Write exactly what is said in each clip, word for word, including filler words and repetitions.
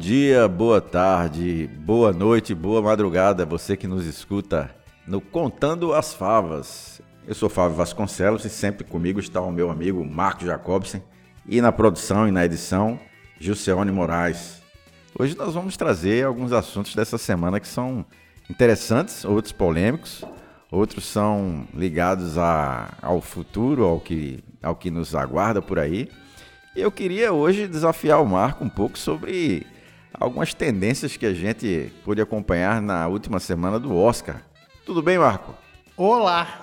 dia, boa tarde, boa noite, boa madrugada, você que nos escuta no Contando as Favas. Eu sou Fábio Vasconcelos e sempre comigo está o meu amigo Marco Jacobsen e na produção e na edição, Gilceone Moraes. Hoje nós vamos trazer alguns assuntos dessa semana que são interessantes, outros polêmicos, outros são ligados a, ao futuro, ao que, ao que nos aguarda por aí. E eu queria hoje desafiar o Marco um pouco sobre algumas tendências que a gente pôde acompanhar na última semana do Oscar. Tudo bem, Marco? Olá!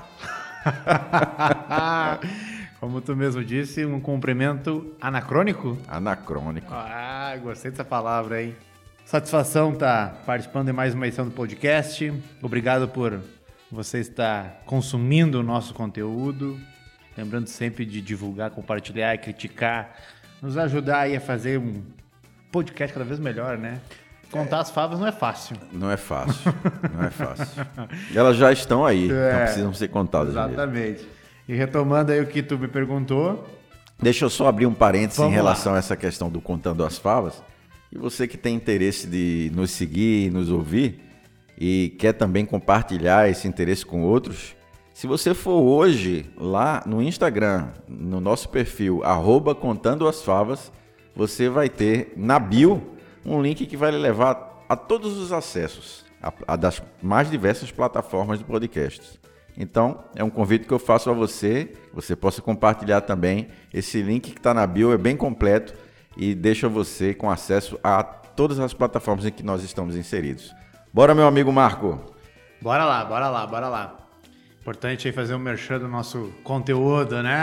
Como tu mesmo disse, um cumprimento anacrônico? Anacrônico. Ah, gostei dessa palavra aí. Satisfação estar participando de mais uma edição do podcast. Obrigado por você estar consumindo o nosso conteúdo. Lembrando sempre de divulgar, compartilhar, criticar, nos ajudar aí a fazer um podcast cada vez melhor, né? Contar é. as favas não é fácil. Não é fácil, não é fácil. Elas já estão aí, é, não precisam ser contadas. Exatamente. Mesmo. E retomando aí o que tu me perguntou... Deixa eu só abrir um parênteses Vamos em relação lá. a essa questão do Contando as Favas. E você que tem interesse de nos seguir e nos ouvir e quer também compartilhar esse interesse com outros... Se você for hoje lá no Instagram, no nosso perfil, arroba Contando as Favas, você vai ter na bio um link que vai lhe levar a todos os acessos, a, a das mais diversas plataformas de podcasts. Então, é um convite que eu faço a você, você possa compartilhar também. Esse link que está na bio é bem completo e deixa você com acesso a todas as plataformas em que nós estamos inseridos. Bora, meu amigo Marco? Bora lá, bora lá, bora lá. Importante aí fazer um merchan do nosso conteúdo, né?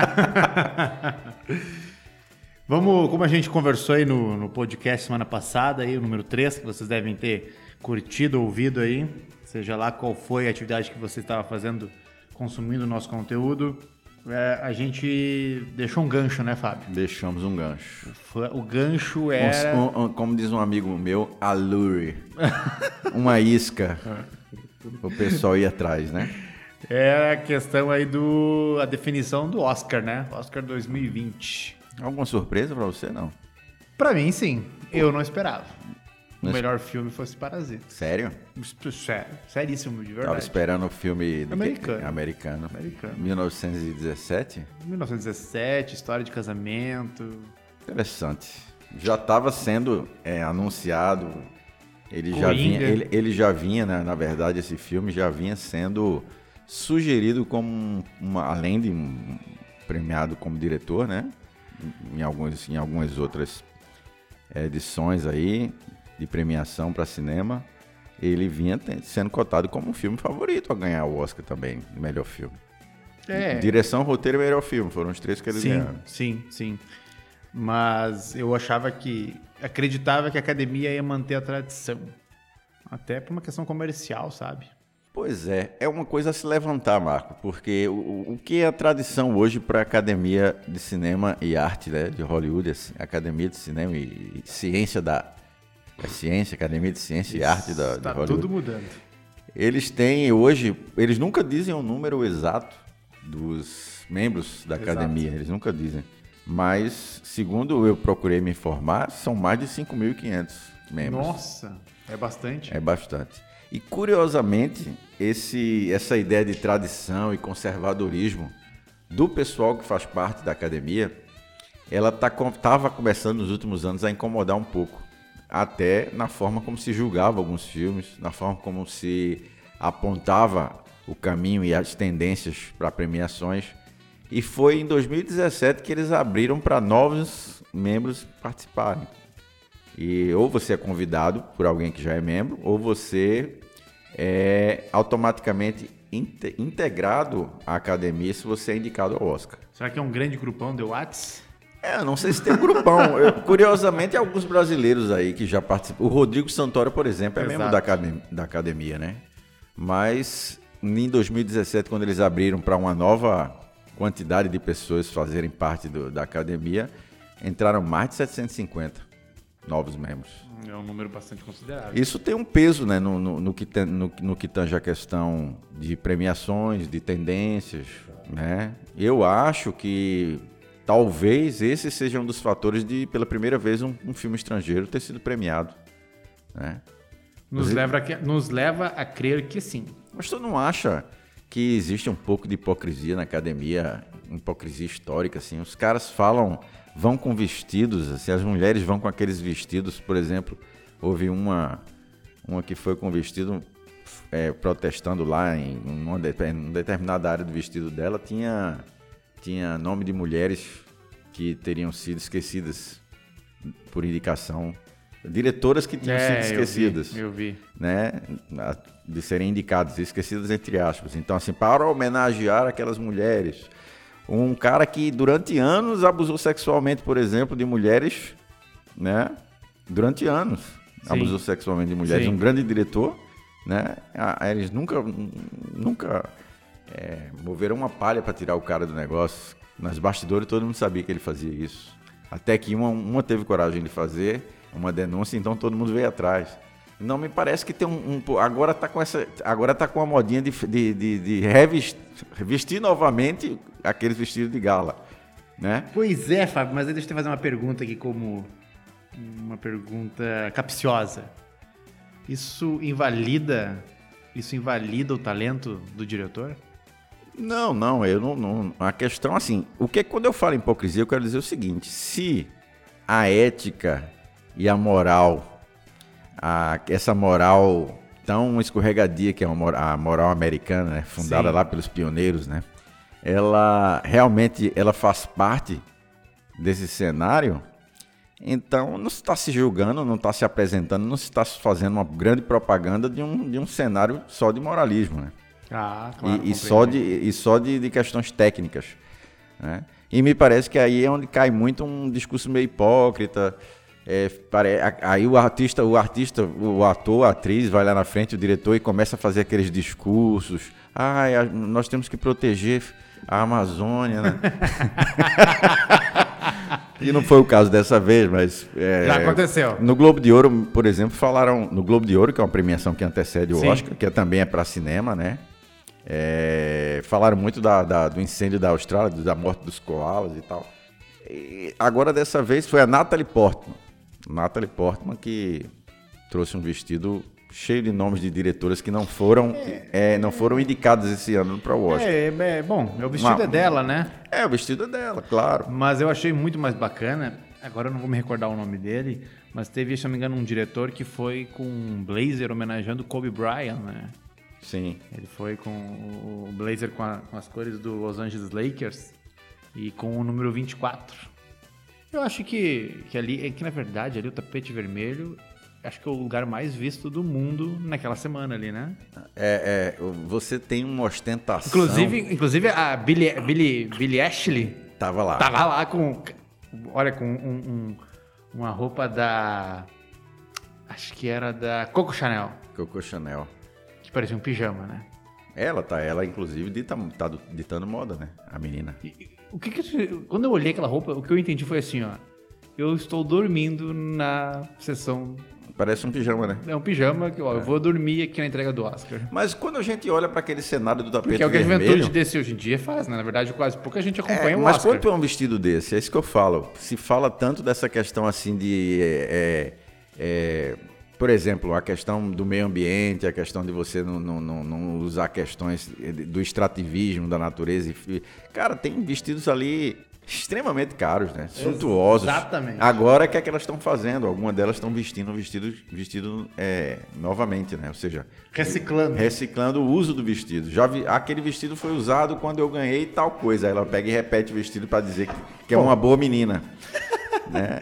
Vamos, como a gente conversou aí no, no podcast semana passada, aí, o número três, que vocês devem ter curtido, ouvido aí, seja lá qual foi a atividade que você estava fazendo, consumindo o nosso conteúdo, é, a gente deixou um gancho, né, Fábio? Deixamos um gancho. O gancho era... Um, um, como diz um amigo meu, a lure. Uma isca. O pessoal ir atrás, né? É a questão aí do... a definição do Oscar, né? Oscar dois mil e vinte. Alguma surpresa pra você, não? Pra mim, sim. Eu não esperava. O Não melhor filme fosse Parasita. Sério? Sério. Seríssimo, de verdade. Tava esperando o filme... de Americano. Que... Americano. Americano. mil novecentos e dezessete? mil novecentos e dezessete, história de casamento. Interessante. Já estava sendo é, anunciado... Ele já, vinha, Coringa. ele, ele já vinha, né, na verdade, esse filme já vinha sendo... sugerido como uma, além de um, premiado como diretor, né? Em, alguns, em algumas outras edições aí de premiação para cinema, ele vinha sendo cotado como um filme favorito a ganhar o Oscar também, melhor filme. É. Direção, roteiro e melhor filme, foram os três que ele Sim, ganharam. sim, sim. Mas eu achava que... acreditava que a academia ia manter a tradição. Até por uma questão comercial, sabe? Pois é, é uma coisa a se levantar, Marco, porque o, o que é a tradição hoje para a Academia de Cinema e Arte, né, de Hollywood, a Academia de Cinema e, e Ciência da... É ciência, Academia de Ciência e Arte da, Está de Hollywood. tudo mudando. Eles têm hoje, eles nunca dizem o número exato dos membros da Academia, Exato. Eles nunca dizem, mas segundo eu procurei me informar, são mais de cinco mil e quinhentos membros. Nossa, é bastante. É bastante. E, curiosamente, esse, essa ideia de tradição e conservadorismo do pessoal que faz parte da academia, ela estava tá, começando nos últimos anos a incomodar um pouco. Até na forma como se julgava alguns filmes, na forma como se apontava o caminho e as tendências para premiações. E foi em dois mil e dezessete que eles abriram para novos membros participarem. E ou você é convidado por alguém que já é membro, ou você é automaticamente inte- integrado à academia se você é indicado ao Oscar. Será que é um grande grupão de Whats? É, eu não sei se tem um grupão. Eu, curiosamente, alguns brasileiros aí que já participam. O Rodrigo Santoro, por exemplo, é Exato. membro da academia, da academia, né? Mas em dois mil e dezessete, quando eles abriram para uma nova quantidade de pessoas fazerem parte do, da academia, entraram mais de setecentos e cinquenta novos membros. É um número bastante considerável. Isso tem um peso, né, no, no, no, que, tem, no, no que tange a questão de premiações, de tendências, né? Eu acho que talvez esse seja um dos fatores de, pela primeira vez, um, um filme estrangeiro ter sido premiado. né? Nos, Você... leva a, nos leva a crer que sim. Mas tu não acha que existe um pouco de hipocrisia na academia, hipocrisia histórica, assim? Os caras falam, vão com vestidos, assim, as mulheres vão com aqueles vestidos, por exemplo, houve uma, uma que foi com vestido é, protestando lá em uma, de, em uma determinada área do vestido dela, tinha, tinha nome de mulheres que teriam sido esquecidas por indicação, diretoras que tinham é, sido esquecidas, eu vi, eu vi. Né, de serem indicadas, esquecidas entre aspas. Então, assim, para homenagear aquelas mulheres, um cara que durante anos abusou sexualmente, por exemplo, de mulheres, né, durante anos, Sim. abusou sexualmente de mulheres, Sim. um grande diretor, né, eles nunca, nunca é, moveram uma palha para tirar o cara do negócio. Nas bastidores todo mundo sabia que ele fazia isso. Até que uma, uma teve coragem de fazer uma denúncia, então todo mundo veio atrás. Não, me parece que tem um... um agora está com essa, agora tá com a modinha de, de, de, de revestir, revestir novamente aqueles vestidos de gala, né? Pois é, Fábio, mas deixa eu te fazer uma pergunta aqui como uma pergunta capciosa. Isso invalida, isso invalida o talento do diretor? Não, não, eu não, não. A questão, assim, o que quando eu falo em hipocrisia, eu quero dizer o seguinte: se a ética e a moral, a, essa moral tão escorregadia que é a moral americana, né, fundada Sim. lá pelos pioneiros, né, ela realmente ela faz parte desse cenário, então não se está se julgando, não está se apresentando, não se está fazendo uma grande propaganda de um, de um cenário só de moralismo, né? Ah, claro, e, e só, de, e só de, de questões técnicas, né? E me parece que aí é onde cai muito um discurso meio hipócrita. É, pare... Aí o artista, o artista, o ator, a atriz vai lá na frente, o diretor, e começa a fazer aqueles discursos. Ah, nós temos que proteger a Amazônia, né? E não foi o caso dessa vez, mas... É, já aconteceu. No Globo de Ouro, por exemplo, falaram... No Globo de Ouro, que é uma premiação que antecede o Sim. Oscar, que também é para cinema, né? É, falaram muito da, da, do incêndio da Austrália, da morte dos koalas e tal. E agora, dessa vez, foi a Natalie Portman. Natalie Portman que trouxe um vestido cheio de nomes de diretoras que não foram, é, é, não foram indicadas esse ano para o Oscar. É, é, bom, o vestido Uma, é dela, né? É, o vestido é dela, claro. Mas eu achei muito mais bacana, agora eu não vou me recordar o nome dele, mas teve, se não me engano, um diretor que foi com um blazer homenageando Kobe Bryant, né? Sim. Ele foi com o blazer com, a, com as cores do Los Angeles Lakers e com o número vinte e quatro. Eu acho que, que ali, que na verdade ali o tapete vermelho, acho que é o lugar mais visto do mundo naquela semana ali, né? É, é você tem uma ostentação. Inclusive, inclusive a Billie, Billie, Billie Ashley tava lá. Tava lá com, olha, com um, um, uma roupa da, acho que era da Coco Chanel. Coco Chanel. Parecia um pijama, né? Ela tá, ela inclusive dita, tá ditando moda, né? A menina. E, o que que, quando eu olhei aquela roupa, o que eu entendi foi assim, ó. Eu estou dormindo na sessão. Parece um pijama, né? É um pijama que, ó, é. eu vou dormir aqui na entrega do Oscar. Mas quando a gente olha para aquele cenário do tapete Porque é o que vermelho... a juventude desse hoje em dia faz, né? Na verdade, quase pouca gente acompanha é, o mas Oscar. Mas quando é um vestido desse, é isso que eu falo. Se fala tanto dessa questão assim de... É, é, por exemplo, a questão do meio ambiente, a questão de você não, não, não, não usar questões do extrativismo da natureza. Cara, tem vestidos ali extremamente caros, né? Suntuosos. Exatamente. Agora, o que é que elas estão fazendo? Algumas delas estão vestindo vestido, vestido é, novamente, né? Ou seja... Reciclando. Reciclando o uso do vestido. Já vi, aquele vestido foi usado quando eu ganhei tal coisa. Aí ela pega e repete o vestido para dizer que, que é uma boa menina. Né?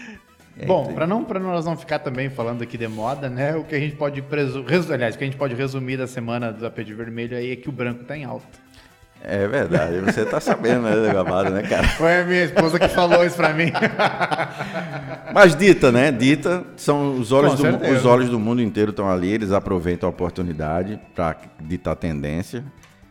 Bom, para não, para nós não ficar também falando aqui de moda, né? O que a gente pode presu... Resu... aliás, o que a gente pode resumir da semana do tapete vermelho aí é que o branco tá em alta. É verdade, você tá sabendo, né, Gabado, né, cara? Foi a minha esposa que falou isso para mim. Mas dita, né? Dita, são os olhos, do, os olhos do mundo inteiro estão ali, eles aproveitam a oportunidade para ditar tendência.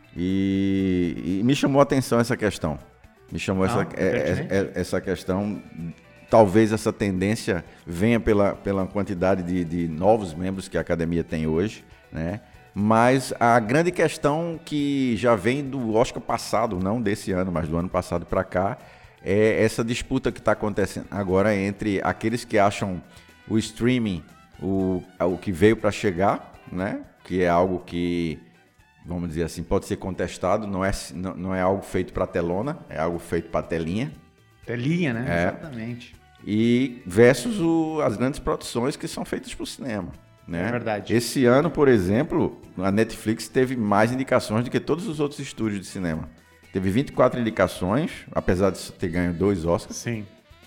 E, e me chamou a atenção essa questão. Me chamou ah, essa, é, é, essa questão. Talvez essa tendência venha pela, pela quantidade de, de novos membros que a academia tem hoje, né? Mas a grande questão que já vem do Oscar passado, não desse ano, mas do ano passado para cá, é essa disputa que está acontecendo agora entre aqueles que acham o streaming o, o que veio para chegar, né? Que é algo que, vamos dizer assim, pode ser contestado, não é, não, não é algo feito para telona, é algo feito para telinha. Telinha, né? É. Exatamente. E versus o, as grandes produções que são feitas para o cinema. Né? É verdade. Esse ano, por exemplo, a Netflix teve mais indicações do que todos os outros estúdios de cinema. Teve vinte e quatro indicações, apesar de ter ganho dois Oscars. Sim.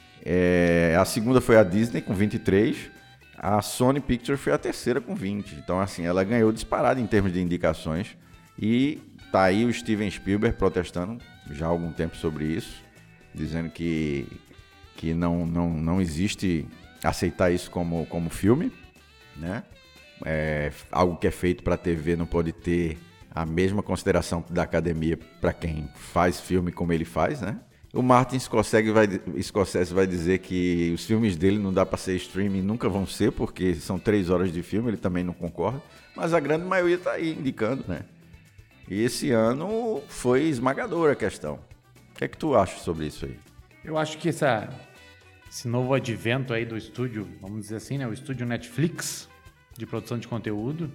É, a segunda foi a Disney, com vinte e três. A Sony Pictures foi a terceira, com vinte. Então, assim, ela ganhou disparado em termos de indicações. E tá aí o Steven Spielberg protestando já há algum tempo sobre isso, dizendo que, que não, não, não existe aceitar isso como, como filme, né? É, algo que é feito para T V não pode ter a mesma consideração da academia para quem faz filme como ele faz, né? O Martin Scorsese vai, Scorsese vai dizer que os filmes dele não dá para ser streaming, nunca vão ser, porque são três horas de filme, ele também não concorda, mas a grande maioria está aí indicando, né? E esse ano foi esmagadora a questão. O que é que tu acha sobre isso aí? Eu acho que essa, esse novo advento aí do estúdio, vamos dizer assim, né? O estúdio Netflix de produção de conteúdo,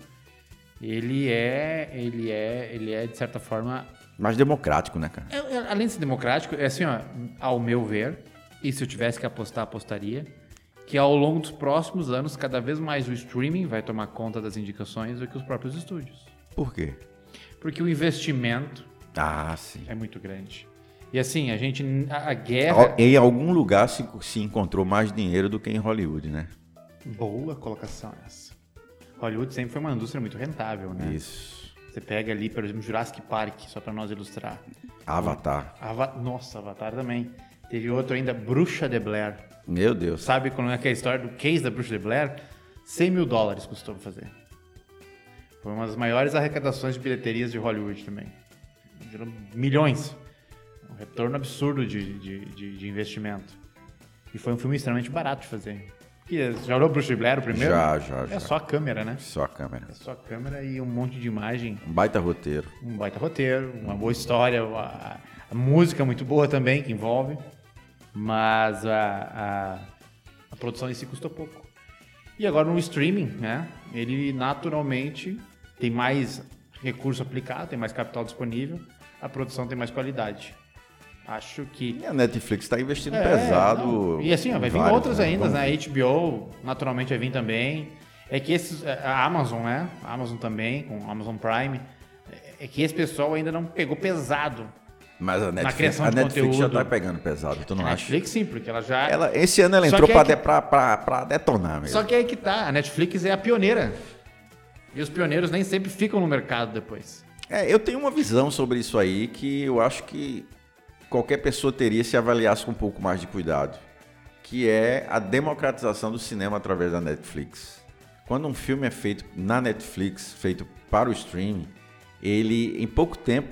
ele é, ele é, ele é de certa forma mais democrático, né, cara? É, é, além de ser democrático, é assim, ó, ao meu ver, e se eu tivesse que apostar, apostaria, que ao longo dos próximos anos, cada vez mais o streaming vai tomar conta das indicações do que os próprios estúdios. Por quê? Porque o investimento ah, sim. é muito grande. E assim, a gente, a, a guerra... Em algum lugar se, se encontrou mais dinheiro do que em Hollywood, né? Boa colocação essa. Hollywood sempre foi uma indústria muito rentável, né? Isso. Você pega ali, por exemplo, Jurassic Park, só para nós ilustrar. Avatar. Ava... Nossa, Avatar também. Teve outro ainda, Bruxa de Blair. Meu Deus. Sabe quando é que é a história do case da Bruxa de Blair? cem mil dólares custou pra fazer. Foi uma das maiores arrecadações de bilheterias de Hollywood também. Gerou milhões. Um retorno absurdo de, de, de, de investimento. E foi um filme extremamente barato de fazer. E já olhou o Bruxa de Blair o primeiro? Já, já, é já. É só a câmera, né? Só a câmera. É só a câmera e um monte de imagem. Um baita roteiro. Um baita roteiro, uma boa história, a, a música muito boa também que envolve, mas a, a, a produção em si custou pouco. E agora no streaming, né? Ele naturalmente tem mais recurso aplicado, tem mais capital disponível, a produção tem mais qualidade. Acho que... E a Netflix está investindo é, pesado. Não. E assim, ó, vai vir vários, outras né? ainda, Vamos né? ver. H B O naturalmente vai vir também. É que esses, a Amazon, né? A Amazon também, com a Amazon Prime, é que esse pessoal ainda não pegou pesado. Mas a Netflix, criação a de Netflix já conteúdo. tá pegando pesado, tu não A acha? Netflix sim, porque ela já... Ela, esse ano ela Só entrou que pra, é de, que- pra, pra, pra detonar mesmo. Só que aí que tá, a Netflix é a pioneira. E os pioneiros nem sempre ficam no mercado depois. É, eu tenho uma visão sobre isso aí que eu acho que qualquer pessoa teria se avaliasse com um pouco mais de cuidado, que é a democratização do cinema através da Netflix. Quando um filme é feito na Netflix, feito para o streaming, ele em pouco tempo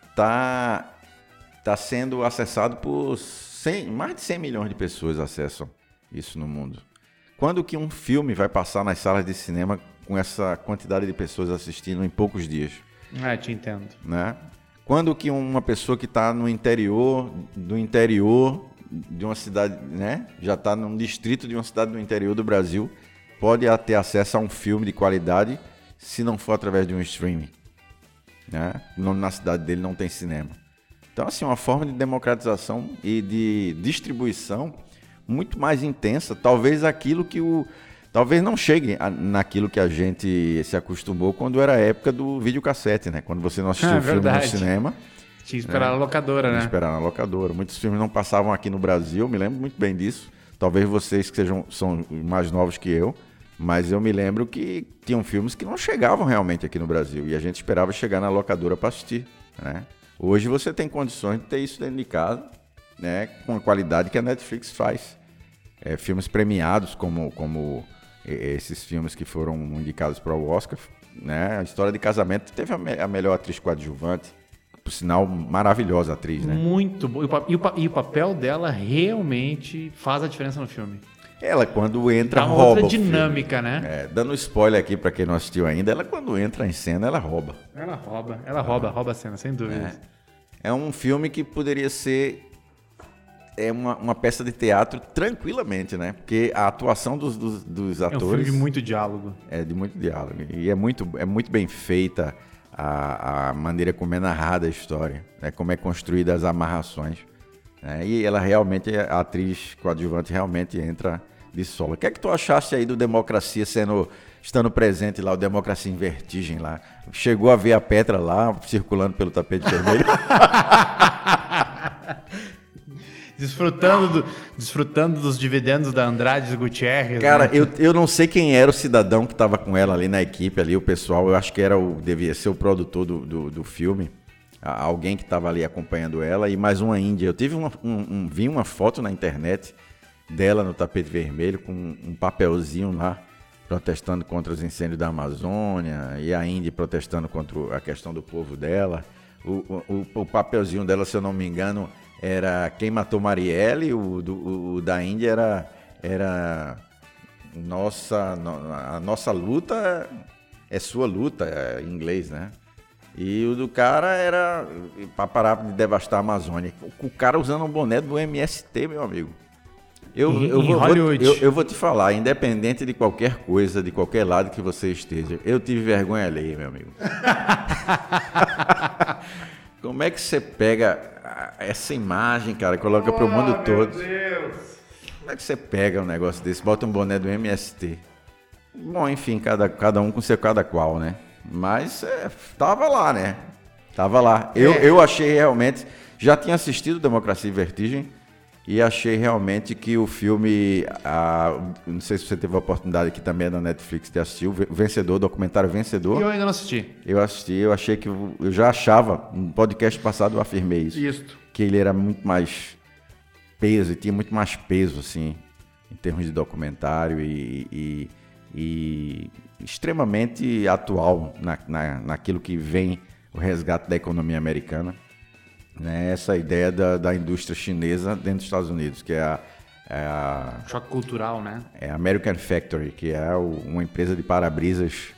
está tá sendo acessado por cem, mais de cem milhões de pessoas acessam isso no mundo. Quando que um filme vai passar nas salas de cinema com essa quantidade de pessoas assistindo em poucos dias? Ah, te entendo. Né? Quando que uma pessoa que está no interior, do interior de uma cidade, né? Já está num distrito de uma cidade do interior do Brasil, pode ter acesso a um filme de qualidade se não for através de um streaming, né? Não- Na cidade dele não tem cinema. Então, assim, uma forma de democratização e de distribuição muito mais intensa, talvez aquilo que o... Talvez não chegue a- naquilo que a gente se acostumou quando era a época do videocassete, né? Quando você não assistia É o filme verdade. no cinema, Tinha que esperar É. a locadora, né? esperar na locadora. Muitos filmes não passavam aqui no Brasil, eu me lembro muito bem disso. Talvez vocês que sejam, são mais novos que eu, mas eu me lembro que tinham filmes que não chegavam realmente aqui no Brasil e a gente esperava chegar na locadora para assistir, né? Hoje você tem condições de ter isso dentro de casa, né? Com a qualidade que a Netflix faz. É, filmes premiados como, como eh, esses filmes que foram indicados para o Oscar, né? A História de Casamento teve a, me- a melhor atriz coadjuvante, por sinal, maravilhosa atriz, né? Muito bom. E o, pa- e o pa- e o papel dela realmente faz a diferença no filme. Ela, quando entra, Dá uma rouba outra o filme. dinâmica, né? É, dando spoiler aqui para quem não assistiu ainda, ela quando entra em cena, ela rouba. Ela rouba, ela rouba, rouba a cena, sem dúvida. É um filme que poderia ser é uma, uma peça de teatro tranquilamente, né? Porque a atuação dos, dos, dos atores... É um filme de muito diálogo. É, de muito diálogo. E é muito, é muito bem feita a, a maneira como é narrada a história, né? Como é construída as amarrações. Né? E ela realmente, a atriz coadjuvante realmente entra de solo. O que é que tu achaste aí do Democracia sendo... estando presente lá, o Democracia em Vertigem lá? Chegou a ver a Petra lá, circulando pelo tapete vermelho? Desfrutando, do, desfrutando dos dividendos da Andrade Gutierrez. Cara, né? eu, eu não sei quem era o cidadão que estava com ela ali na equipe, ali, o pessoal, eu acho que era o, devia ser o produtor do, do, do filme, alguém que estava ali acompanhando ela, e mais uma índia. Eu tive uma, um, um, vi uma foto na internet dela no tapete vermelho com um papelzinho lá, protestando contra os incêndios da Amazônia, e a Índia protestando contra a questão do povo dela. O, o, o papelzinho dela, se eu não me engano, era Quem Matou Marielle, o, do, o da Índia era, era nossa, a nossa luta é sua luta, é, em inglês, né? E o do cara era para parar de devastar a Amazônia. O cara usando um boné do M S T, meu amigo. Eu, em, eu, em vou, Hollywood. eu, eu vou te falar, independente de qualquer coisa, de qualquer lado que você esteja, eu tive vergonha alheia, meu amigo. Como é que você pega essa imagem, cara, e coloca oh, pro mundo todo? Deus. Como é que você pega um negócio desse, bota um boné do M S T? Bom, enfim, cada, cada um com seu cada qual, né? Mas é, tava lá, né? Tava lá. Eu, é. eu achei realmente... Já tinha assistido Democracia em Vertigem e achei realmente que o filme... A, não sei se você teve a oportunidade aqui também na Netflix de assistir, o Vencedor, o documentário Vencedor. Eu ainda não assisti. Eu assisti, eu achei que... Eu já achava, no podcast passado eu afirmei isso. Isso. Que ele era muito mais peso, e tinha muito mais peso, assim, em termos de documentário e... e e extremamente atual na, na, naquilo que vem o resgate da economia americana, né? Essa ideia da, da indústria chinesa dentro dos Estados Unidos, que é a, é a... choque cultural, né? É a American Factory, que é o, uma empresa de para-brisas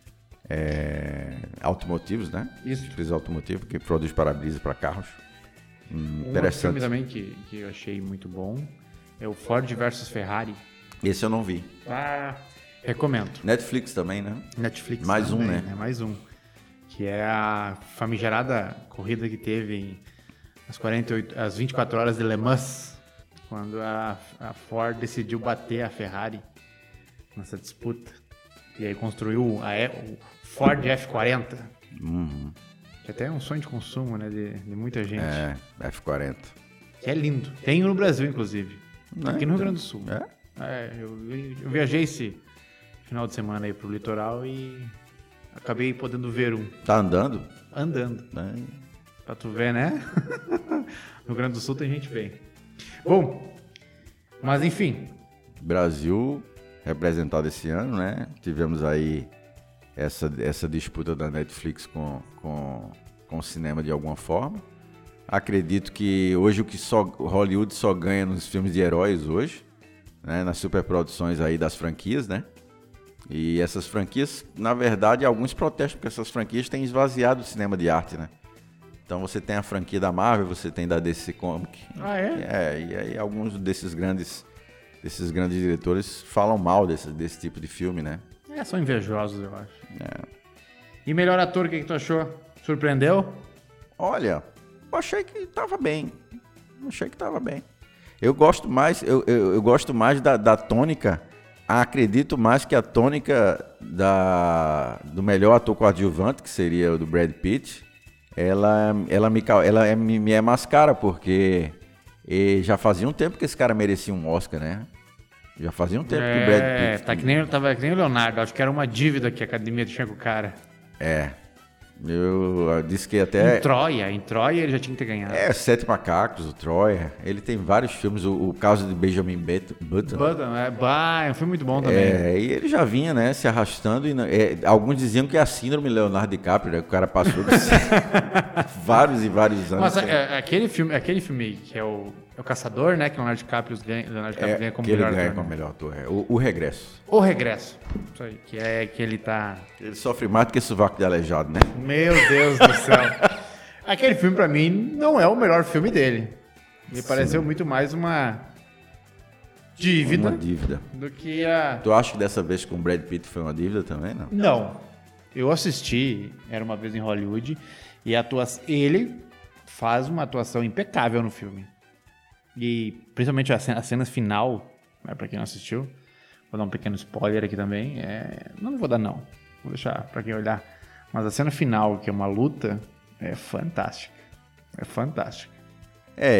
é, automotivos, né? Isso. Empresa automotiva que produz para-brisas para carros. Hum, um interessante. filme também que, que eu achei muito bom é o Ford versus Ferrari. Esse eu não vi. Ah... Recomendo. Netflix também, né? Netflix Mais também, um, né? né? Mais um. Que é a famigerada corrida que teve em as, quarenta e oito, as vinte e quatro horas de Le Mans, quando a, a Ford decidiu bater a Ferrari nessa disputa. E aí construiu a, o Ford F quarenta. Uhum. Que até é um sonho de consumo, né? De, de muita gente. É, F quarenta. Que é lindo. Tem no Brasil, inclusive. Não, aqui no Rio Grande do Sul. É? É, eu, eu viajei esse final de semana aí pro litoral e acabei podendo ver um. Tá andando? Andando. É. Pra tu ver, né? No Rio Grande do Sul tem gente bem. Bom, mas enfim. Brasil representado esse ano, né? Tivemos aí essa, essa disputa da Netflix com, com, com o cinema de alguma forma. Acredito que hoje o que só Hollywood só ganha nos filmes de heróis hoje, né? Nas superproduções aí das franquias, né? E essas franquias, na verdade, alguns protestam porque essas franquias têm esvaziado o cinema de arte, né? Então você tem a franquia da Marvel, você tem da D C Comics. Ah, é? É, e aí alguns desses grandes, desses grandes diretores falam mal desse, desse tipo de filme, né? É, são invejosos, eu acho. É. E melhor ator, o que, que tu achou? Surpreendeu? Olha, eu achei que tava bem. Achei que tava bem. Eu gosto mais, eu, eu, eu gosto mais da, da tônica. Acredito mais que a tônica da, do melhor ator coadjuvante, que seria o do Brad Pitt, ela, ela, me, ela é, me é mais cara, porque já fazia um tempo que esse cara merecia um Oscar, né? Já fazia um tempo é, que o Brad Pitt... Tá que nem, tava que nem o Leonardo, acho que era uma dívida que a academia tinha com o cara. É. Eu, eu disse que até... Em Troia, em Troia ele já tinha que ter ganhado. É, Sete Macacos, o Troia. Ele tem vários filmes, o, o caso de Benjamin Button. Button, é, bah, é um filme muito bom também. É, e ele já vinha, né, se arrastando. E, é, alguns diziam que é a síndrome Leonardo DiCaprio, né, que o cara passou vários e vários anos. Mas é, aquele, filme, aquele filme que é o, é o Caçador, né, que o Leonardo DiCaprio ganha, Leonardo DiCaprio é, ganha como que ele melhor ganha ator. como melhor ator, é. o, o Regresso. O Regresso, isso aí, que é que ele tá... Ele sofre mais do que sovaco de aleijado, né? Meu Deus do céu. Aquele filme, pra mim, não é o melhor filme dele. Me pareceu Sim. muito mais uma dívida, Uma dívida. do que a... Tu acha que dessa vez com o Brad Pitt foi uma dívida também, não? Não. Eu assisti, Era Uma Vez em Hollywood, e a atua... ele faz uma atuação impecável no filme. E principalmente a cena, a cena final, né, pra quem não assistiu, vou dar um pequeno spoiler aqui também, é... não vou dar não, vou deixar pra quem olhar. Mas a cena final, que é uma luta, é fantástica. É fantástica. É,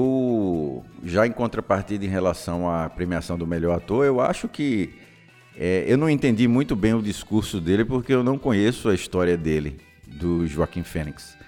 eu já em contrapartida em relação à premiação do melhor ator, eu acho que é, eu não entendi muito bem o discurso dele porque eu não conheço a história dele, do Joaquin Phoenix.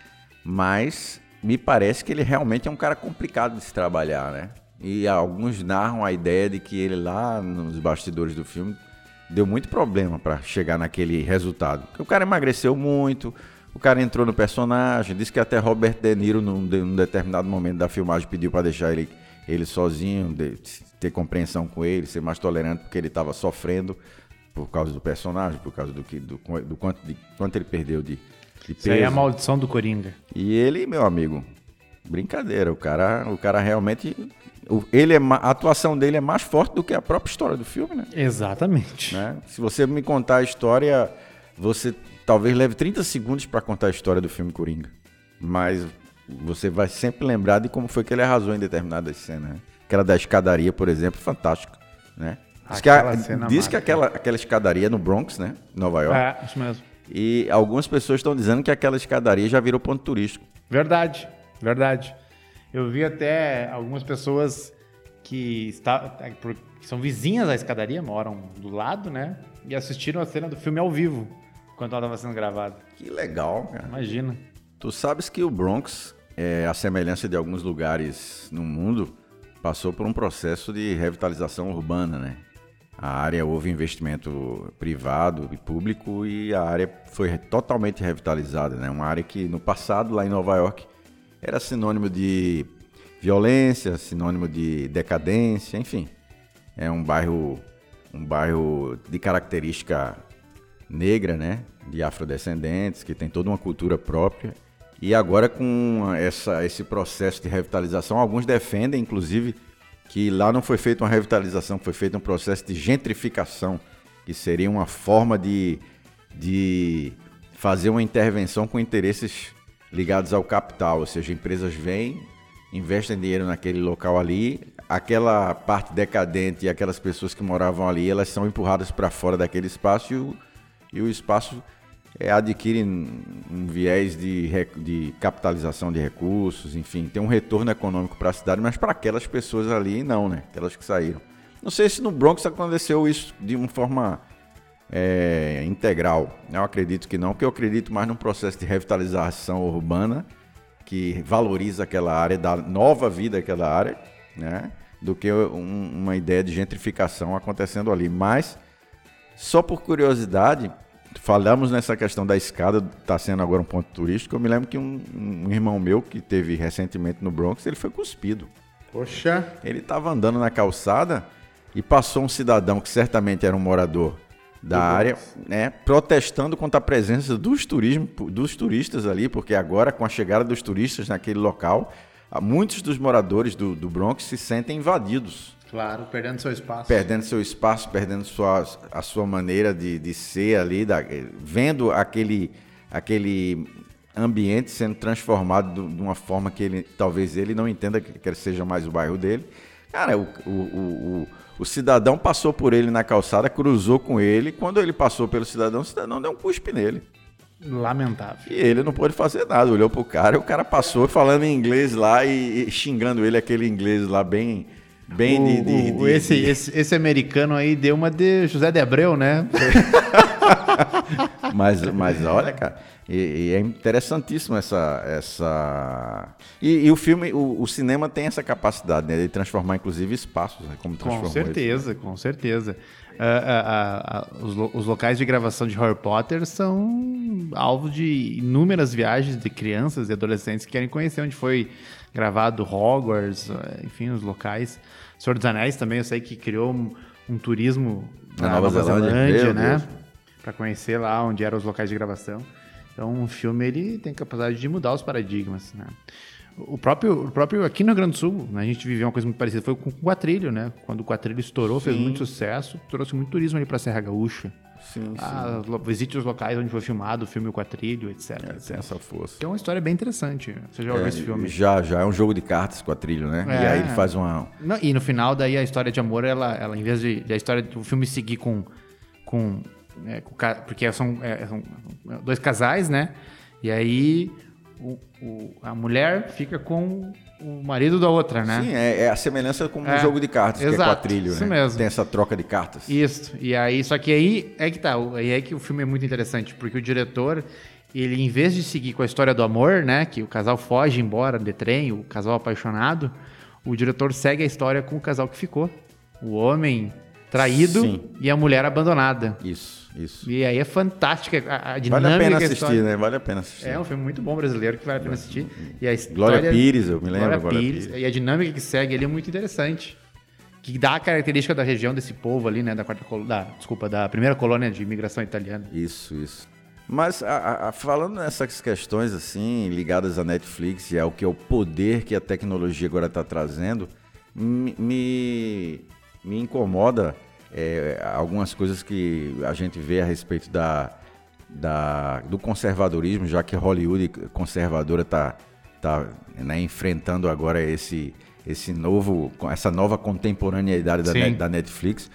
Mas me parece que ele realmente é um cara complicado de se trabalhar, né? E alguns narram a ideia de que ele lá nos bastidores do filme deu muito problema para chegar naquele resultado. Porque o cara emagreceu muito. O cara entrou no personagem, disse que até Robert De Niro, num, de, num determinado momento da filmagem, pediu para deixar ele, ele sozinho, de, ter compreensão com ele, ser mais tolerante, porque ele estava sofrendo por causa do personagem, por causa do, que, do, do quanto, de, quanto ele perdeu de, de peso. Isso aí é a maldição do Coringa. E ele, meu amigo, brincadeira, o cara, o cara realmente... Ele é, a atuação dele é mais forte do que a própria história do filme, né? Exatamente. Né? Se você me contar a história, você... talvez leve trinta segundos para contar a história do filme Coringa. Mas você vai sempre lembrar de como foi que ele arrasou em determinadas cenas. Né? Aquela da escadaria, por exemplo, fantástica. Né? Diz, que, a, diz que aquela, aquela escadaria no Bronx, né? Nova York. É, isso mesmo. E algumas pessoas estão dizendo que aquela escadaria já virou ponto turístico. Verdade, verdade. Eu vi até algumas pessoas que, está, que são vizinhas da escadaria, moram do lado, né? E assistiram a cena do filme ao vivo. Quando ela estava sendo gravada. Que legal, cara. Imagina. Tu sabes que o Bronx, é, a semelhança de alguns lugares no mundo, passou por um processo de revitalização urbana, né? A área, houve investimento privado e público e a área foi totalmente revitalizada, né? Uma área que no passado, lá em Nova York, era sinônimo de violência, sinônimo de decadência, enfim. É um bairro, um bairro de característica negra, né, de afrodescendentes, que tem toda uma cultura própria. E agora com essa, esse processo de revitalização, alguns defendem, inclusive, que lá não foi feita uma revitalização, foi feito um processo de gentrificação, que seria uma forma de, de fazer uma intervenção com interesses ligados ao capital, ou seja, empresas vêm, investem dinheiro naquele local ali, aquela parte decadente e aquelas pessoas que moravam ali, elas são empurradas para fora daquele espaço e o E o espaço é, adquire um viés de, de capitalização de recursos, enfim, tem um retorno econômico para a cidade, mas para aquelas pessoas ali não, né? Aquelas que saíram. Não sei se no Bronx aconteceu isso de uma forma é, integral. Eu acredito que não, porque eu acredito mais num processo de revitalização urbana que valoriza aquela área, dá nova vida àquela área, né? Do que um, uma ideia de gentrificação acontecendo ali. Mas só por curiosidade, falamos nessa questão da escada, está sendo agora um ponto turístico. Eu me lembro que um, um irmão meu que teve recentemente no Bronx, ele foi cuspido. Poxa! Ele estava andando na calçada e passou um cidadão que certamente era um morador da área, né, protestando contra a presença dos, turismo, dos turistas ali, porque agora, com a chegada dos turistas naquele local, muitos dos moradores do, do Bronx se sentem invadidos. Claro, perdendo seu espaço. Perdendo seu espaço, perdendo sua, a sua maneira de, de ser ali, da, vendo aquele, aquele ambiente sendo transformado do, de uma forma que ele, talvez ele não entenda que, que seja mais o bairro dele. Cara, o, o, o, o cidadão passou por ele na calçada, cruzou com ele. Quando ele passou pelo cidadão, o cidadão deu um cuspe nele. Lamentável. E ele não pôde fazer nada, olhou pro cara e o cara passou falando em inglês lá e, e xingando ele, aquele inglês lá bem... Bem o, de, de, o, de, esse, de... Esse, esse americano aí deu uma de José de Abreu, né? mas, mas olha, cara, e, e é interessantíssimo essa... essa... E, e o filme, o, o cinema tem essa capacidade, né, de transformar, inclusive, espaços, né, como transformou. Com certeza, esse, né? com certeza. Uh, uh, uh, uh, os, os locais de gravação de Harry Potter são alvo de inúmeras viagens de crianças e adolescentes que querem conhecer onde foi gravado Hogwarts, enfim, os locais. Senhor dos Anéis também, eu sei que criou um, um turismo na, na Nova, Nova Zelândia, Zelândia né? Para conhecer lá onde eram os locais de gravação. Então, o filme ele tem capacidade de mudar os paradigmas, né? O próprio, o próprio aqui no Rio Grande do Sul, né, a gente viveu uma coisa muito parecida, foi com o Quatrilho, né? Quando o Quatrilho estourou, Sim. fez muito sucesso, trouxe muito turismo ali pra Serra Gaúcha. Sim, ah, sim. Visite os locais onde foi filmado o filme O Quatrilho, etc. É, etcétera. tem essa força. Que é uma história bem interessante. Você já ouviu é, esse filme? Já, já. É um jogo de cartas, Quatrilho, né? É. E aí ele faz uma... Não, e no final, daí, a história de amor, ela, ela em vez de, de a história do filme seguir com... com, é, com porque são, é, são dois casais, né? E aí o, o, a mulher fica com o marido da outra, né? Sim, é, é a semelhança com o é, jogo de cartas, exato, que é Quatrilho, isso né? Mesmo. Tem essa troca de cartas. Isso. E aí, só que aí é que tá, aí é que o filme é muito interessante, porque o diretor, ele em vez de seguir com a história do amor, né, que o casal foge embora de trem, o casal apaixonado, o diretor segue a história com o casal que ficou. O homem traído Sim. e a mulher abandonada. Isso, isso. E aí é fantástica a, a dinâmica. Vale a pena a assistir, né? Vale a pena assistir. É um filme muito bom brasileiro que vale a pena assistir. E a história, Glória Pires, eu me lembro. Glória, Glória Pires, Pires. E a dinâmica que segue ali é muito interessante. Que dá a característica da região desse povo ali, né? Da quarta da, desculpa, da primeira colônia de imigração italiana. Isso, isso. Mas a, a, falando nessas questões assim, ligadas à Netflix e ao que é o poder que a tecnologia agora está trazendo, me, me, me incomoda é, algumas coisas que a gente vê a respeito da, da, do conservadorismo, já que Hollywood conservadora está tá, né, enfrentando agora esse, esse novo, essa nova contemporaneidade da, net, da Netflix.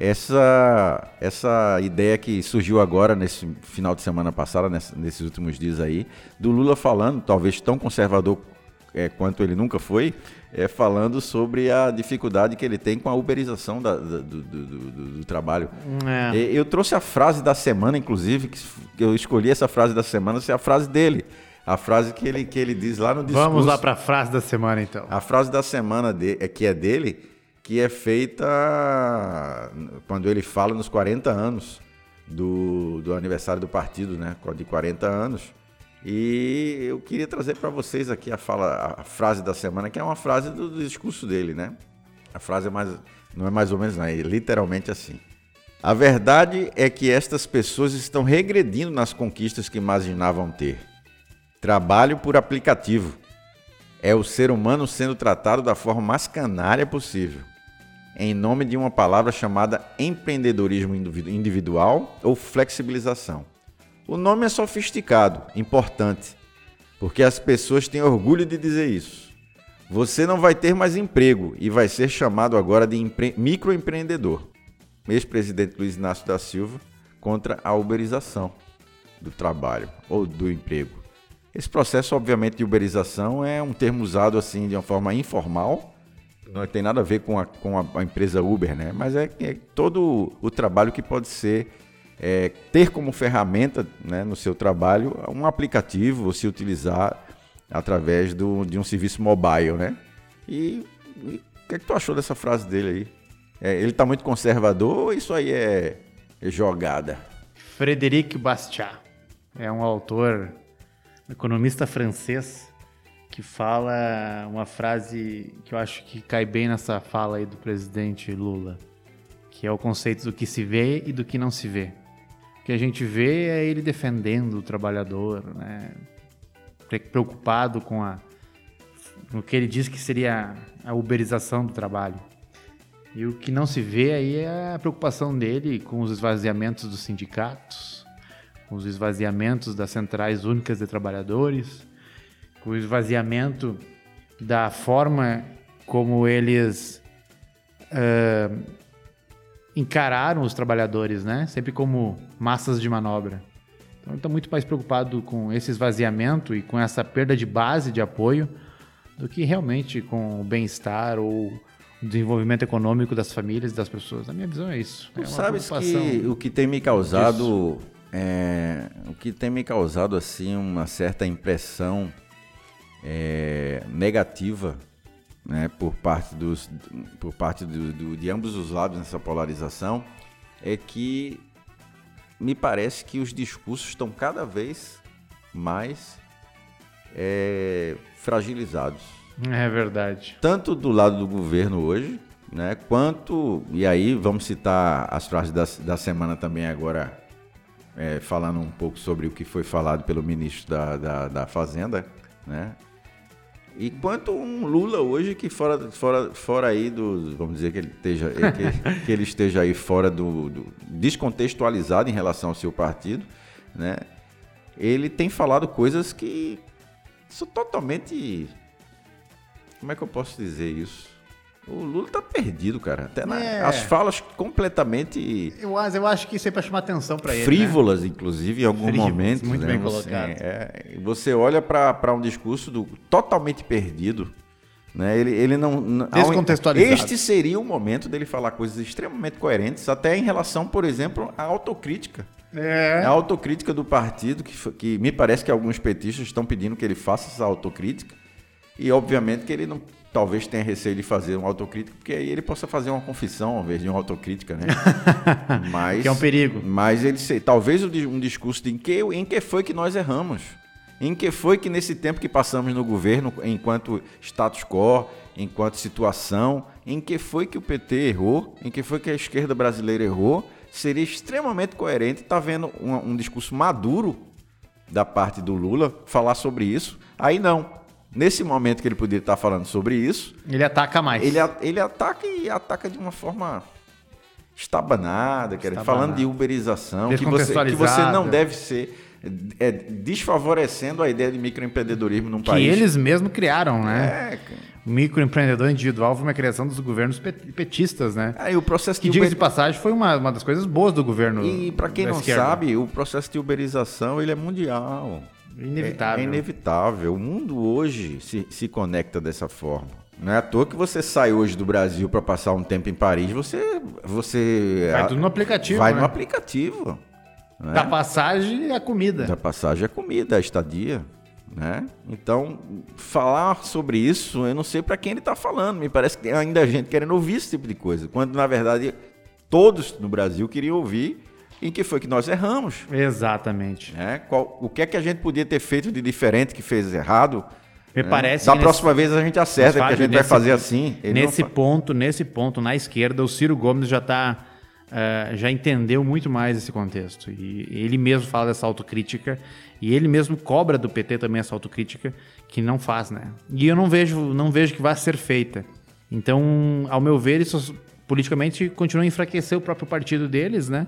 Essa, essa ideia que surgiu agora, nesse final de semana passada, nesse, nesses últimos dias aí, do Lula falando, talvez tão conservador é, quanto ele nunca foi, é, falando sobre a dificuldade que ele tem com a uberização da, da, do, do, do, do trabalho. É. Eu trouxe a frase da semana, inclusive, que eu escolhi essa frase da semana, ser a frase dele. A frase que ele, que ele diz lá no discurso. Vamos lá para a frase da semana, então. A frase da semana de, é, que é dele... que é feita quando ele fala nos quarenta anos do, do aniversário do partido, né? De quarenta anos. E eu queria trazer para vocês aqui a, fala, a frase da semana, que é uma frase do, do discurso dele, né? A frase é mais, não é mais ou menos, não, é literalmente assim. A verdade é que estas pessoas estão regredindo nas conquistas que imaginavam ter. Trabalho por aplicativo. É o ser humano sendo tratado da forma mais canária possível, em nome de uma palavra chamada empreendedorismo individual ou flexibilização. O nome é sofisticado, importante, porque as pessoas têm orgulho de dizer isso. Você não vai ter mais emprego e vai ser chamado agora de empre... microempreendedor. Ex-presidente Luiz Inácio da Silva contra a uberização do trabalho ou do emprego. Esse processo, obviamente, de uberização é um termo usado assim de uma forma informal, não tem nada a ver com a, com a, a empresa Uber, né? Mas é, é todo o trabalho que pode ser, é, ter como ferramenta, né, no seu trabalho um aplicativo, você utilizar através do, de um serviço mobile, né? E o que é que tu achou dessa frase dele aí? É, ele está muito conservador ou isso aí é, é jogada? Frédéric Bastiat é um autor, economista francês, que fala uma frase que eu acho que cai bem nessa fala aí do presidente Lula, que é o conceito do que se vê e do que não se vê. O que a gente vê é ele defendendo o trabalhador, né? Preocupado com a, o que ele diz que seria a uberização do trabalho. E o que não se vê aí é a preocupação dele com os esvaziamentos dos sindicatos, com os esvaziamentos das centrais únicas de trabalhadores, com o esvaziamento da forma como eles uh, encararam os trabalhadores, né? Sempre como massas de manobra. Então ele está muito mais preocupado com esse esvaziamento e com essa perda de base de apoio do que realmente com o bem-estar ou o desenvolvimento econômico das famílias e das pessoas. Na minha visão é isso. Tu é uma sabes que o que tem me causado, é, o que tem me causado assim uma certa impressão É, negativa, né, por parte, dos, por parte do, do, de ambos os lados nessa polarização, é que me parece que os discursos estão cada vez mais é, fragilizados. É verdade. Tanto do lado do governo hoje, né, quanto, e aí vamos citar as frases da, da semana também agora, é, falando um pouco sobre o que foi falado pelo ministro da, da, da Fazenda, né? E quanto um Lula hoje que fora, fora, fora aí do, vamos dizer que ele esteja, que, que ele esteja aí fora do, do descontextualizado em relação ao seu partido, né? Ele tem falado coisas que são totalmente, como é que eu posso dizer isso? O Lula tá perdido, cara. Até na, É. as falas completamente Eu, acho- eu acho que isso é pra chamar atenção pra ele. frívolas, inclusive, em alguns Frívolas, momentos. muito né? bem Você- colocado. é, você olha para um discurso do, totalmente perdido. Né? Ele, ele não, não- Descontextualizado. Este seria o momento dele falar coisas extremamente coerentes, até em relação, por exemplo, à autocrítica. Né? É. A autocrítica do partido, que, fo- que me parece que alguns petistas estão pedindo que ele faça essa autocrítica. E, obviamente, que ele não talvez tenha receio de fazer uma autocrítica, porque aí ele possa fazer uma confissão ao invés de uma autocrítica, né? Mas, Que é um perigo. Mas ele se- talvez o di- um discurso de em que, em que foi que nós erramos. Em que foi que nesse tempo que passamos no governo, enquanto status quo, enquanto situação, em que foi que o P T errou, em que foi que a esquerda brasileira errou, seria extremamente coerente estar vendo um, um discurso maduro da parte do Lula falar sobre isso. Aí não. Nesse momento que ele poderia estar falando sobre isso, Ele ataca mais. ele, a- ele ataca e ataca de uma forma estabanada, quer dizer, Estabanada. falando de uberização, que você, que você Descontextualizada. não deve ser é, desfavorecendo a ideia de microempreendedorismo num Que país. eles mesmos criaram, né? É, cara. O microempreendedor individual foi uma criação dos governos pet- petistas, né? Aí o processo Que, de diga-se uber... de passagem, foi uma, uma das coisas boas do governo. E para quem da não esquerda. sabe, o processo de uberização ele é mundial. Inevitável. É, é inevitável. O mundo hoje se, se conecta dessa forma. Não é à toa que você sai hoje do Brasil para passar um tempo em Paris, você... você Vai tudo no aplicativo, Vai né? no aplicativo. né? Da passagem e a comida. Da passagem é comida, a estadia. Né? Então, falar sobre isso, eu não sei para quem ele está falando. Me parece que tem ainda gente querendo ouvir esse tipo de coisa. Quando, na verdade, todos no Brasil queriam ouvir em que foi que nós erramos. Exatamente. Né? Qual, o que é que a gente podia ter feito de diferente que fez errado? Me né? parece Da que próxima vez a gente acerta, Mas, que a Fábio, gente vai nesse- fazer assim. Ele Nesse não fa- ponto, nesse ponto, na esquerda, o Ciro Gomes já está já entendeu muito mais esse contexto. E ele mesmo fala dessa autocrítica e ele mesmo cobra do P T também essa autocrítica que não faz, né? E eu não vejo, não vejo que vá ser feita. Então, ao meu ver, isso politicamente continua a enfraquecer o próprio partido deles, né?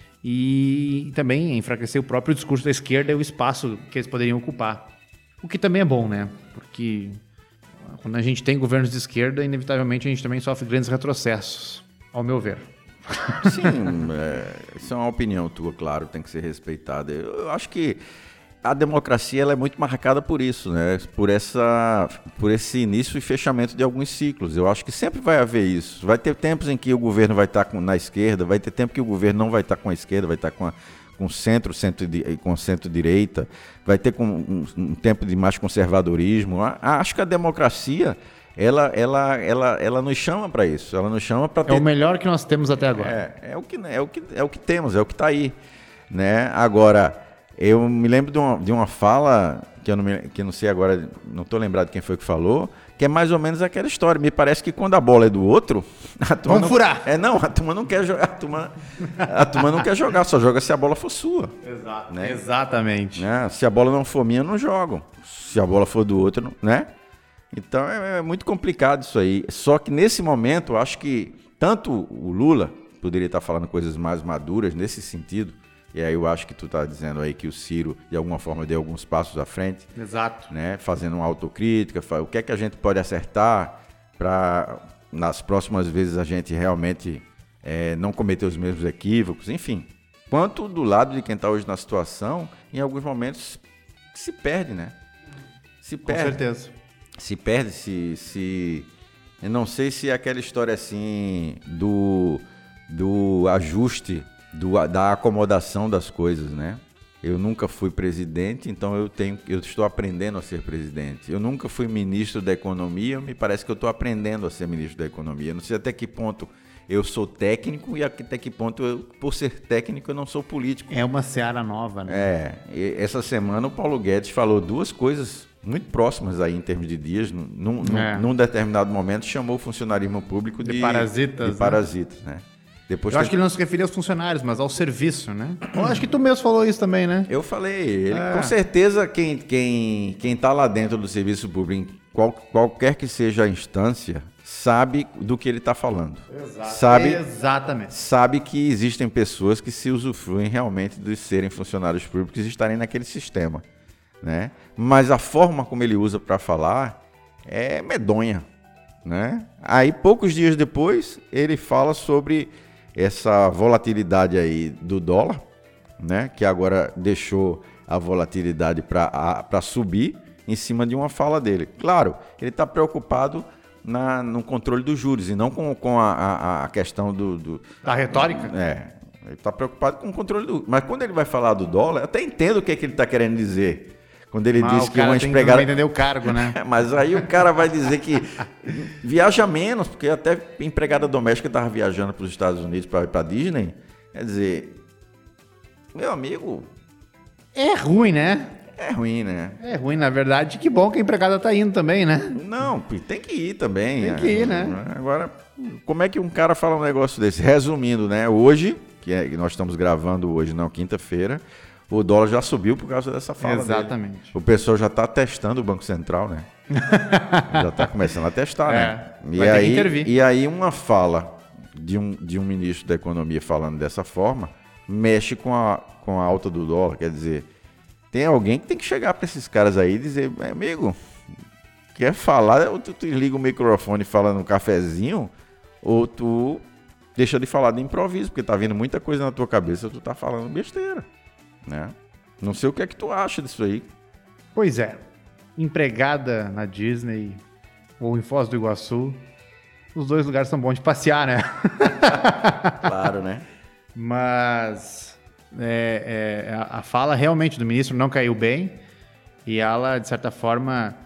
E também enfraquecer o próprio discurso da esquerda e o espaço que eles poderiam ocupar. O que também é bom, né? Porque quando a gente tem governos de esquerda, inevitavelmente a gente também sofre grandes retrocessos, ao meu ver. Sim, é, isso é uma opinião tua, claro, tem que ser respeitada. Eu, eu acho que a democracia ela é muito marcada por isso, né? Por essa, por esse início e fechamento de alguns ciclos. Eu acho que sempre vai haver isso. Vai ter tempos em que o governo vai estar com, na esquerda, vai ter tempo que o governo não vai estar com a esquerda, vai estar com a, com centro, centro de, com centro-direita, vai ter com um, um tempo de mais conservadorismo. A- Acho que a democracia ela, ela, ela, ela nos chama para isso. Ela nos chama para É ter o melhor que nós temos até agora. é, é, o que, é, o que, é o que temos, é o que está aí. Né? Agora, eu me lembro de uma, de uma fala, que eu não, me, que eu não sei agora, não estou lembrado quem foi que falou, que é mais ou menos aquela história. Me parece que quando a bola é do outro, a turma Vamos não, furar. É, não, a turma não quer jogar, a turma, a turma não quer jogar, só joga se a bola for sua. Exato. Né? Exatamente. Né? Se a bola não for minha, eu não jogo. Se a bola for do outro, né? Então é, é muito complicado isso aí. Só que nesse momento, eu acho que tanto o Lula poderia estar falando coisas mais maduras nesse sentido, e aí eu acho que tu está dizendo aí que o Ciro, de alguma forma, deu alguns passos à frente, Exato. né? Fazendo uma autocrítica, fa- o que é que a gente pode acertar para nas próximas vezes a gente realmente é, não cometer os mesmos equívocos, enfim. Quanto do lado de quem está hoje na situação, em alguns momentos se perde, né? Se Com perde. certeza. Se perde, se, se... Eu não sei se é aquela história assim do, do ajuste, do, da acomodação das coisas, né? Eu nunca fui presidente, então eu, tenho, eu estou aprendendo a ser presidente. Eu nunca fui ministro da Economia, me parece que eu estou aprendendo a ser ministro da Economia. Eu não sei até que ponto eu sou técnico e até que ponto, eu, por ser técnico, eu não sou político. É uma seara nova, né? É, e essa semana o Paulo Guedes falou duas coisas muito próximas aí em termos de dias. Num, num, É. num determinado momento chamou o funcionarismo público de, De parasitas, de né? parasitas, né? Depois Eu acho que ele não se referia aos funcionários, mas ao serviço, né? Eu acho que tu mesmo falou isso também, né? Eu falei, ele, É. com certeza quem, quem, quem tá lá dentro do serviço público, qual, qualquer que seja a instância, sabe do que ele está falando. Exato. Sabe, Exatamente. Sabe que existem pessoas que se usufruem realmente de serem funcionários públicos e estarem naquele sistema, né? Mas a forma como ele usa para falar é medonha, né? Aí, poucos dias depois, ele fala sobre essa volatilidade aí do dólar, né? Que agora deixou a volatilidade para subir em cima de uma fala dele. Claro, ele está preocupado Na, no controle dos juros e não com, com a, a, a questão do, do... Da retórica? É, ele está preocupado com o controle do... Mas quando ele vai falar do dólar, eu até entendo o que, é que ele está querendo dizer. Quando ele Mas diz o que uma cara tem empregada... que entender o cargo, né? Mas aí o cara vai dizer que viaja menos, porque até empregada doméstica estava viajando para os Estados Unidos para ir para a Disney. Quer dizer, meu amigo... É ruim, né? É ruim, né? É ruim, na verdade. Que bom que a empregada tá indo também, né? Não, tem que ir também. Tem que ir, né? Agora, como é que um cara fala um negócio desse? Resumindo, né? Hoje, que, é, que nós estamos gravando hoje, não, quinta-feira, o dólar já subiu por causa dessa fala Exatamente. dele. O pessoal já está testando o Banco Central, né? Já está começando a testar, É, né? E vai ter aí, que intervir. e aí uma fala de um, de um ministro da Economia falando dessa forma mexe com a, com a alta do dólar, quer dizer... Tem alguém que tem que chegar para esses caras aí e dizer, amigo, quer falar, ou tu, tu liga o microfone e fala no cafezinho, ou tu deixa de falar de improviso, porque tá vindo muita coisa na tua cabeça e tu tá falando besteira, né? Não sei o que é que tu acha disso aí. Pois é. Empregada na Disney ou em Foz do Iguaçu, os dois lugares são bons de passear, né? Claro, né? Mas... É, é, a, a fala realmente do ministro não caiu bem e ela, de certa forma,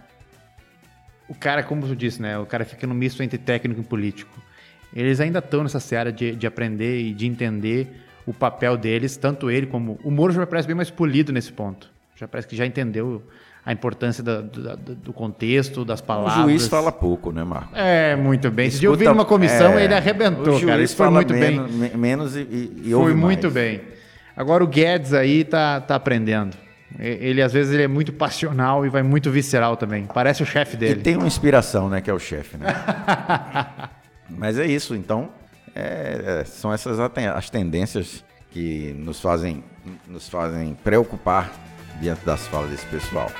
o cara, como tu disse, né? O cara fica no misto entre técnico e político. Eles ainda estão nessa seara de, de aprender e de entender o papel deles, tanto ele como... O Moro já parece bem mais polido nesse ponto. Já parece que já entendeu a importância da, do, do contexto, das palavras. O juiz fala pouco, né, Marco? É, muito bem. Esse dia eu vi Escuta- numa comissão é, ele arrebentou, o juiz cara. Isso foi fala muito bem. menos, me- Menos e, e, e Foi ouve muito mais. bem. Agora o Guedes aí tá, tá aprendendo. Ele, às vezes, ele é muito passional e vai muito visceral também. Parece o chefe E dele. tem uma inspiração, né, que é o chefe, né? Mas é isso, então, é, é, são essas aten- as tendências que nos fazem, nos fazem preocupar diante das falas desse pessoal.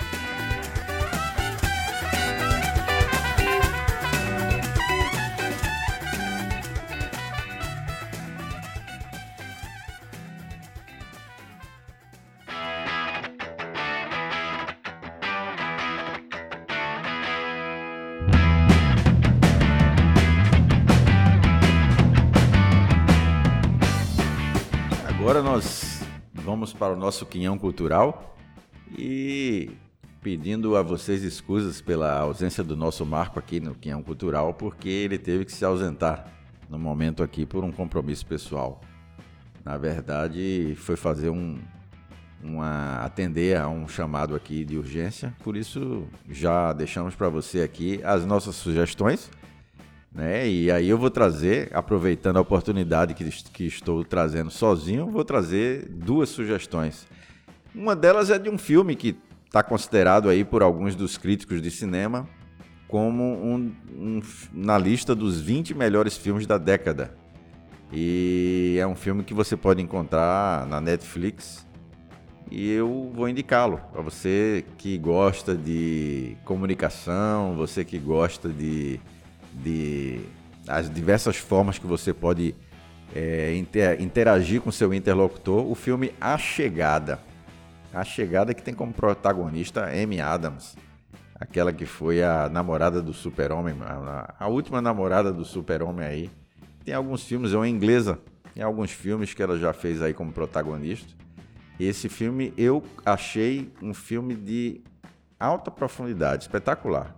Agora nós vamos para o nosso quinhão cultural e pedindo a vocês escusas pela ausência do nosso Marco aqui no quinhão cultural, porque ele teve que se ausentar no momento aqui por um compromisso pessoal. Na verdade, foi fazer um, uma atender a um chamado aqui de urgência, por isso já deixamos para você aqui as nossas sugestões. Né? E aí eu vou trazer, aproveitando a oportunidade que, que estou trazendo sozinho, vou trazer duas sugestões. Uma delas é de um filme que está considerado aí por alguns dos críticos de cinema como um, um, na lista dos vinte melhores filmes da década. E é um filme que você pode encontrar na Netflix e eu vou indicá-lo para você que gosta de comunicação, você que gosta de... de as diversas formas que você pode é, inter, interagir com seu interlocutor, o filme A Chegada. A Chegada, que tem como protagonista Amy Adams, aquela que foi a namorada do Super-Homem, a, a última namorada do Super-Homem aí. Tem alguns filmes, é uma inglesa, tem alguns filmes que ela já fez aí como protagonista. Esse filme eu achei um filme de alta profundidade, espetacular.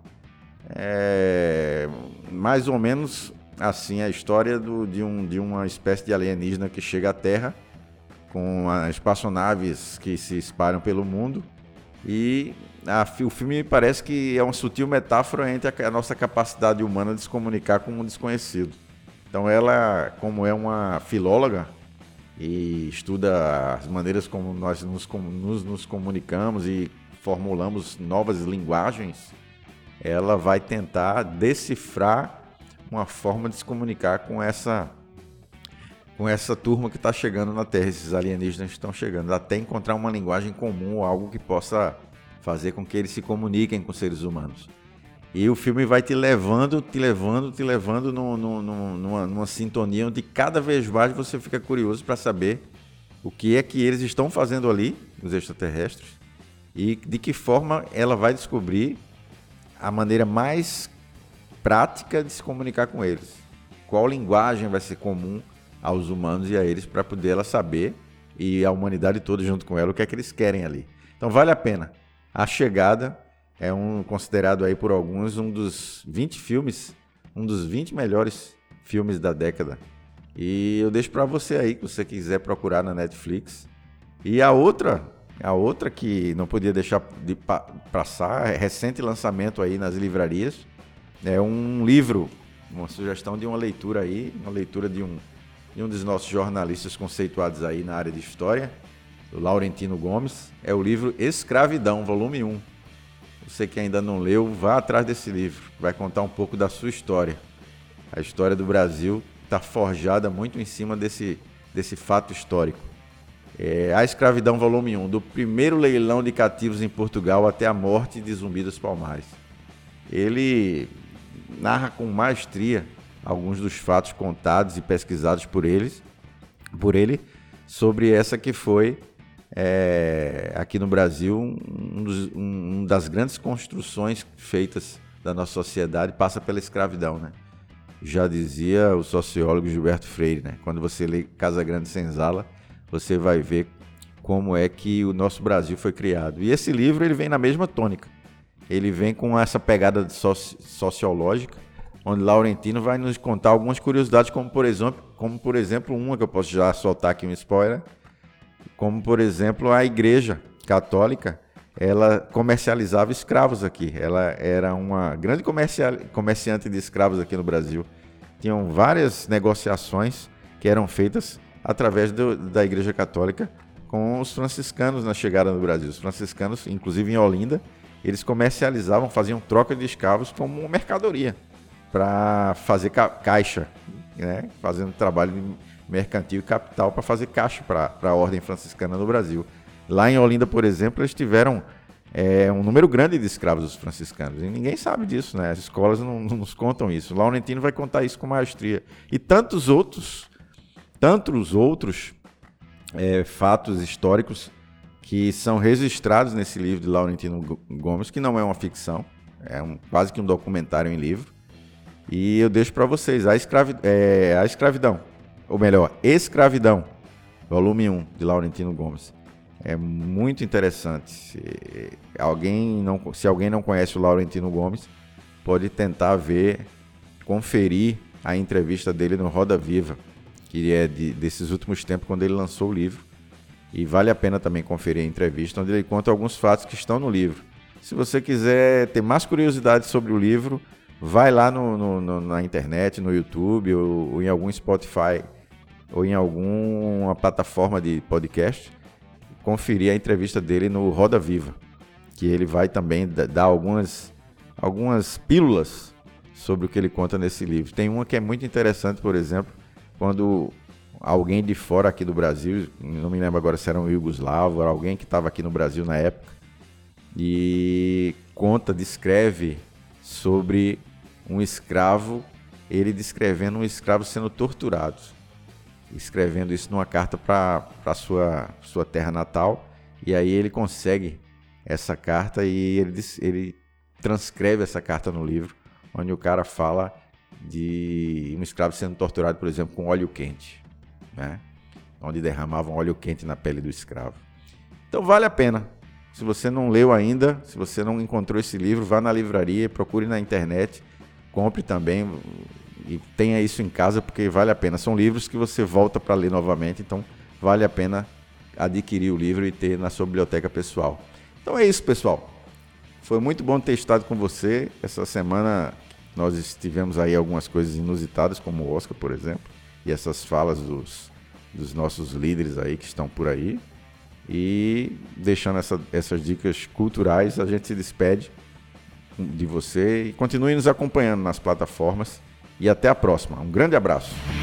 É mais ou menos assim a história do, de, um, de uma espécie de alienígena que chega à Terra com as espaçonaves que se espalham pelo mundo e a, o filme me parece que é uma sutil metáfora entre a, a nossa capacidade humana de se comunicar com um desconhecido. Então ela, como é uma filóloga e estuda as maneiras como nós nos, nos, nos comunicamos e formulamos novas linguagens, ela vai tentar decifrar uma forma de se comunicar com essa, com essa turma que está chegando na Terra, esses alienígenas que estão chegando, até encontrar uma linguagem comum ou algo que possa fazer com que eles se comuniquem com seres humanos. E o filme vai te levando, te levando, te levando no, no, no, numa, numa sintonia onde cada vez mais você fica curioso para saber o que é que eles estão fazendo ali, os extraterrestres, e de que forma ela vai descobrir a maneira mais prática de se comunicar com eles. Qual linguagem vai ser comum aos humanos e a eles para poder ela saber, e a humanidade toda junto com ela, o que é que eles querem ali. Então vale a pena. A Chegada é um considerado aí por alguns um dos vinte filmes, um dos vinte melhores filmes da década. E eu deixo para você aí, que você quiser procurar na Netflix. E a outra, a outra que não podia deixar de pa- passar, é recente lançamento aí nas livrarias, é um livro, uma sugestão de uma leitura aí, uma leitura de um, de um dos nossos jornalistas conceituados aí na área de história, o Laurentino Gomes. É o livro Escravidão, volume um. Você que ainda não leu, vá atrás desse livro. Vai contar um pouco da sua história. A história do Brasil está forjada muito em cima desse, desse fato histórico. É, a Escravidão, volume um, do primeiro leilão de cativos em Portugal até a morte de Zumbi dos Palmares. Ele narra com maestria alguns dos fatos contados e pesquisados por eles, por ele, sobre essa que foi, é, aqui no Brasil, um, dos, um, um das grandes construções feitas da nossa sociedade, passa pela escravidão, né? Já dizia o sociólogo Gilberto Freire, né? Quando você lê Casa Grande Senzala, você vai ver como é que o nosso Brasil foi criado. E esse livro ele vem na mesma tônica. Ele vem com essa pegada soci- sociológica, onde Laurentino vai nos contar algumas curiosidades, como por exemplo, como por exemplo uma que eu posso já soltar aqui um spoiler, como por exemplo a Igreja Católica, ela comercializava escravos aqui. Ela era uma grande comercial, comerciante de escravos aqui no Brasil. Tinham várias negociações que eram feitas através do, da Igreja Católica com os franciscanos na chegada no Brasil. Os franciscanos, inclusive em Olinda, eles comercializavam, faziam troca de escravos como uma mercadoria para fazer ca- caixa, né? Fazendo trabalho mercantil e capital para fazer caixa para a Ordem Franciscana no Brasil. Lá em Olinda, por exemplo, eles tiveram é, um número grande de escravos dos franciscanos. E ninguém sabe disso, né? As escolas não, não nos contam isso. O Laurentino vai contar isso com maestria. E tantos outros, tantos outros é, fatos históricos que são registrados nesse livro de Laurentino Gomes, que não é uma ficção, é um, quase que um documentário em livro. E eu deixo para vocês a, escravi, é, a Escravidão, ou melhor, Escravidão, volume um, de Laurentino Gomes. É muito interessante. Se alguém não, se alguém não conhece o Laurentino Gomes, pode tentar ver, conferir a entrevista dele no Roda Viva, que é de, desses últimos tempos, quando ele lançou o livro. E vale a pena também conferir a entrevista, onde ele conta alguns fatos que estão no livro. Se você quiser ter mais curiosidade sobre o livro, vai lá no, no, no, na internet, no YouTube, ou, ou em algum Spotify, ou em alguma plataforma de podcast, conferir a entrevista dele no Roda Viva, que ele vai também dar algumas, algumas pílulas sobre o que ele conta nesse livro. Tem uma que é muito interessante, por exemplo, quando alguém de fora aqui do Brasil, não me lembro agora se era um iugoslavo, era alguém que estava aqui no Brasil na época, e conta, descreve sobre um escravo, ele descrevendo um escravo sendo torturado, escrevendo isso numa carta para a sua, sua terra natal, e aí ele consegue essa carta e ele, ele transcreve essa carta no livro, onde o cara fala de um escravo sendo torturado, por exemplo, com óleo quente, né? Onde derramavam óleo quente na pele do escravo. Então vale a pena. Se você não leu ainda, se você não encontrou esse livro, vá na livraria, procure na internet, compre também e tenha isso em casa, porque vale a pena. São livros que você volta para ler novamente, então vale a pena adquirir o livro e ter na sua biblioteca pessoal. Então é isso, pessoal. Foi muito bom ter estado com você. Essa semana nós tivemos aí algumas coisas inusitadas, como o Oscar, por exemplo, e essas falas dos, dos nossos líderes aí que estão por aí. E deixando essa, essas dicas culturais, a gente se despede. de você e continue nos acompanhando nas plataformas. E até a próxima. Um grande abraço.